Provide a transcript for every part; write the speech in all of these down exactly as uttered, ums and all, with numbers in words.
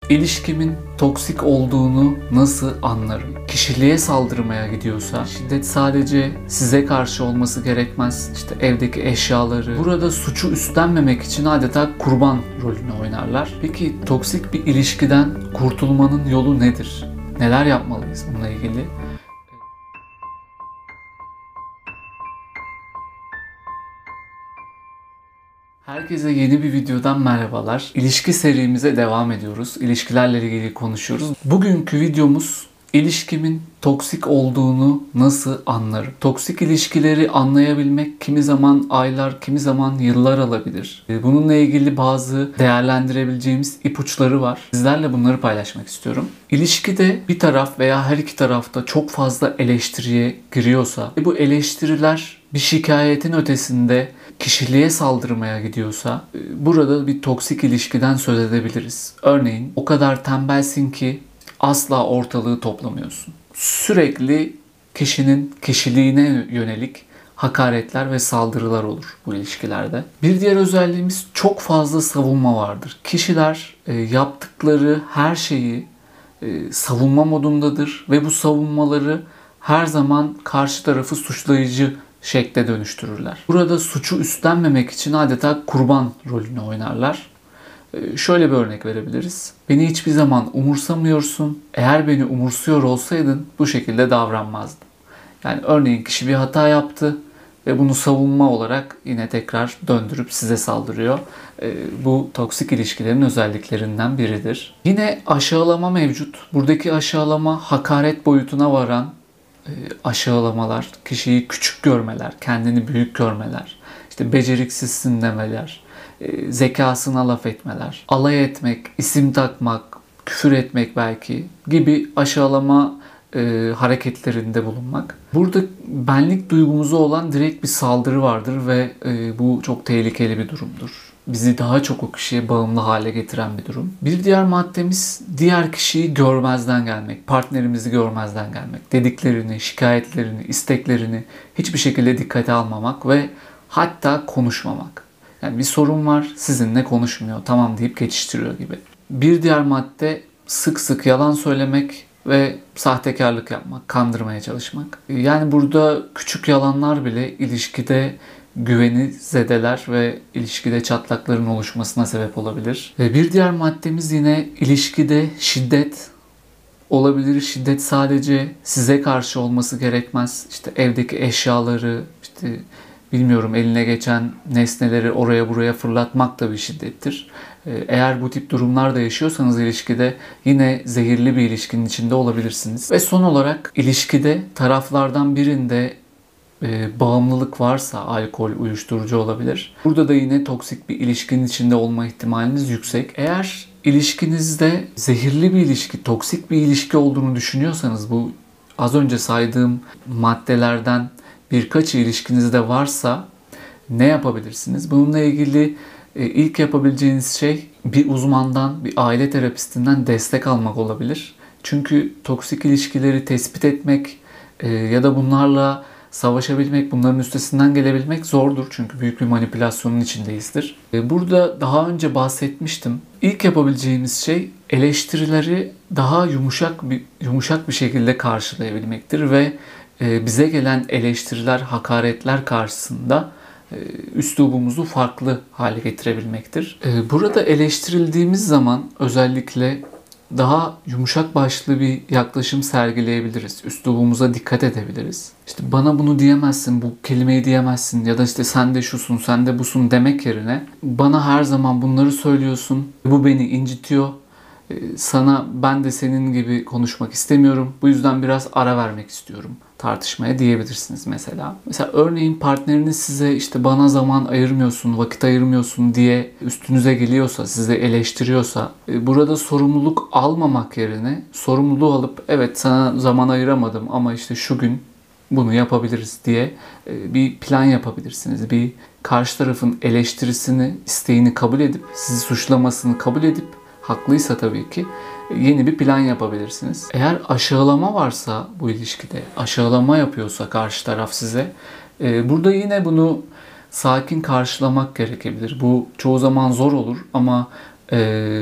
İlişkimin toksik olduğunu nasıl anlarım? Kişiliğe saldırmaya gidiyorsa, şiddet sadece size karşı olması gerekmez. İşte evdeki eşyaları. Burada suçu üstlenmemek için adeta kurban rolünü oynarlar. Peki toksik bir ilişkiden kurtulmanın yolu nedir? Neler yapmalıyız bununla ilgili? Herkese yeni bir videodan merhabalar. İlişki serimize devam ediyoruz. İlişkilerle ilgili konuşuyoruz. Bugünkü videomuz ilişkimin toksik olduğunu nasıl anlarım? Toksik ilişkileri anlayabilmek kimi zaman aylar, kimi zaman yıllar alabilir. Bununla ilgili bazı değerlendirebileceğimiz ipuçları var. Sizlerle bunları paylaşmak istiyorum. İlişkide bir taraf veya her iki tarafta çok fazla eleştiriye giriyorsa, bu eleştiriler bir şikayetin ötesinde kişiliğe saldırmaya gidiyorsa burada bir toksik ilişkiden söz edebiliriz. Örneğin o kadar tembelsin ki asla ortalığı toplamıyorsun. Sürekli kişinin kişiliğine yönelik hakaretler ve saldırılar olur bu ilişkilerde. Bir diğer özelliğimiz çok fazla savunma vardır. Kişiler e, yaptıkları her şeyi e, savunma modundadır ve bu savunmaları her zaman karşı tarafı suçlayıcı şekle dönüştürürler. Burada suçu üstlenmemek için adeta kurban rolünü oynarlar. Ee, şöyle bir örnek verebiliriz. Beni hiçbir zaman umursamıyorsun. Eğer beni umursuyor olsaydın bu şekilde davranmazdın. Yani örneğin kişi bir hata yaptı ve bunu savunma olarak yine tekrar döndürüp size saldırıyor. Ee, bu toksik ilişkilerin özelliklerinden biridir. Yine aşağılama mevcut. Buradaki aşağılama hakaret boyutuna varan aşağılamalar, kişiyi küçük görmeler, kendini büyük görmeler, işte beceriksizsin demeler, zekasına laf etmeler, alay etmek, isim takmak, küfür etmek belki gibi aşağılama e, hareketlerinde bulunmak. Burada benlik duygumuza olan direkt bir saldırı vardır ve e, bu çok tehlikeli bir durumdur. Bizi daha çok o kişiye bağımlı hale getiren bir durum. Bir diğer maddemiz diğer kişiyi görmezden gelmek, partnerimizi görmezden gelmek, dediklerini, şikayetlerini, isteklerini hiçbir şekilde dikkate almamak ve hatta konuşmamak. Yani bir sorun var, sizinle konuşmuyor, tamam deyip geçiştiriyor gibi. Bir diğer madde sık sık yalan söylemek ve sahtekarlık yapmak, kandırmaya çalışmak. Yani burada küçük yalanlar bile ilişkide güveni zedeler ve ilişkide çatlakların oluşmasına sebep olabilir. Ve bir diğer maddemiz yine ilişkide şiddet olabilir. Şiddet sadece size karşı olması gerekmez. İşte evdeki eşyaları, işte bilmiyorum eline geçen nesneleri oraya buraya fırlatmak da bir şiddettir. Eğer bu tip durumlar da yaşıyorsanız ilişkide yine zehirli bir ilişkinin içinde olabilirsiniz. Ve son olarak ilişkide taraflardan birinde e, bağımlılık varsa alkol, uyuşturucu olabilir. Burada da yine toksik bir ilişkinin içinde olma ihtimaliniz yüksek. Eğer ilişkinizde zehirli bir ilişki, toksik bir ilişki olduğunu düşünüyorsanız bu az önce saydığım maddelerden birkaç ilişkinizde varsa ne yapabilirsiniz? Bununla ilgili e, ilk yapabileceğiniz şey bir uzmandan, bir aile terapistinden destek almak olabilir. Çünkü toksik ilişkileri tespit etmek e, ya da bunlarla savaşabilmek, bunların üstesinden gelebilmek zordur. Çünkü büyük bir manipülasyonun içindeyizdir. E, burada daha önce bahsetmiştim. İlk yapabileceğimiz şey eleştirileri daha yumuşak bir yumuşak bir şekilde karşılayabilmektir ve bize gelen eleştiriler, hakaretler karşısında üslubumuzu farklı hale getirebilmektir. Burada eleştirildiğimiz zaman özellikle daha yumuşak başlı bir yaklaşım sergileyebiliriz. Üslubumuza dikkat edebiliriz. İşte bana bunu diyemezsin, bu kelimeyi diyemezsin ya da işte sen de şusun, sen de busun demek yerine bana her zaman bunları söylüyorsun, bu beni incitiyor. Sana ben de senin gibi konuşmak istemiyorum. Bu yüzden biraz ara vermek istiyorum tartışmaya diyebilirsiniz mesela. Mesela örneğin partneriniz size işte bana zaman ayırmıyorsun, vakit ayırmıyorsun diye üstünüze geliyorsa, sizi eleştiriyorsa burada sorumluluk almamak yerine sorumluluğu alıp evet sana zaman ayıramadım ama işte şu gün bunu yapabiliriz diye bir plan yapabilirsiniz. Bir karşı tarafın eleştirisini, isteğini kabul edip, sizi suçlamasını kabul edip haklıysa tabii ki yeni bir plan yapabilirsiniz. Eğer aşağılama varsa bu ilişkide, aşağılama yapıyorsa karşı taraf size, burada yine bunu sakin karşılamak gerekebilir. Bu çoğu zaman zor olur ama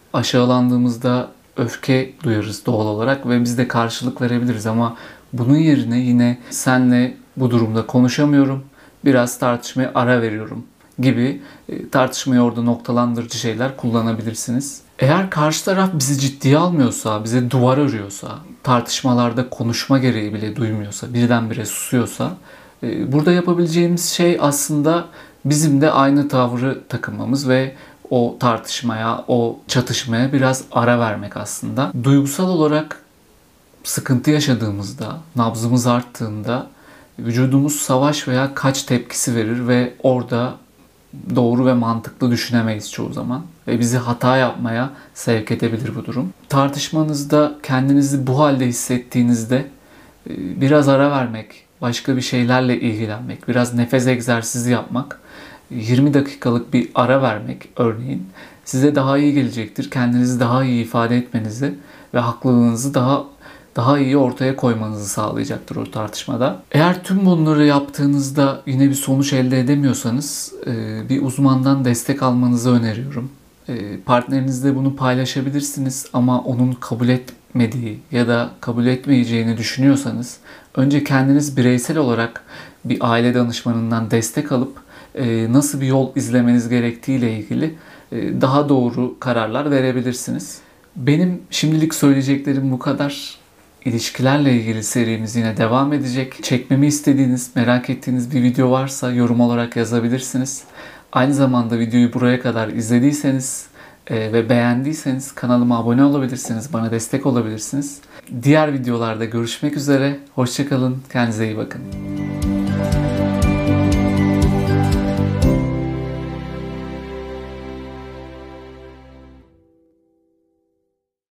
aşağılandığımızda öfke duyarız doğal olarak ve biz de karşılık verebiliriz ama bunun yerine yine senle bu durumda konuşamıyorum, biraz tartışmaya ara veriyorum gibi e, tartışmayı orada noktalandırıcı şeyler kullanabilirsiniz. Eğer karşı taraf bizi ciddiye almıyorsa, bize duvar örüyorsa, tartışmalarda konuşma gereği bile duymuyorsa, birdenbire susuyorsa, e, burada yapabileceğimiz şey aslında bizim de aynı tavrı takınmamız ve o tartışmaya, o çatışmaya biraz ara vermek aslında. Duygusal olarak sıkıntı yaşadığımızda, nabzımız arttığında vücudumuz savaş veya kaç tepkisi verir ve orada doğru ve mantıklı düşünemeyiz çoğu zaman. Ve bizi hata yapmaya sevk edebilir bu durum. Tartışmanızda kendinizi bu halde hissettiğinizde biraz ara vermek, başka bir şeylerle ilgilenmek, biraz nefes egzersizi yapmak, yirmi dakikalık bir ara vermek örneğin size daha iyi gelecektir. Kendinizi daha iyi ifade etmenizi ve haklılığınızı daha daha iyi ortaya koymanızı sağlayacaktır o tartışmada. Eğer tüm bunları yaptığınızda yine bir sonuç elde edemiyorsanız bir uzmandan destek almanızı öneriyorum. Partnerinizle bunu paylaşabilirsiniz ama onun kabul etmediği ya da kabul etmeyeceğini düşünüyorsanız önce kendiniz bireysel olarak bir aile danışmanından destek alıp nasıl bir yol izlemeniz gerektiğiyle ilgili daha doğru kararlar verebilirsiniz. Benim şimdilik söyleyeceklerim bu kadar. İlişkilerle ilgili serimiz yine devam edecek. Çekmemi istediğiniz, merak ettiğiniz bir video varsa yorum olarak yazabilirsiniz. Aynı zamanda videoyu buraya kadar izlediyseniz e, ve beğendiyseniz kanalıma abone olabilirsiniz, bana destek olabilirsiniz. Diğer videolarda görüşmek üzere. Hoşça kalın, kendinize iyi bakın.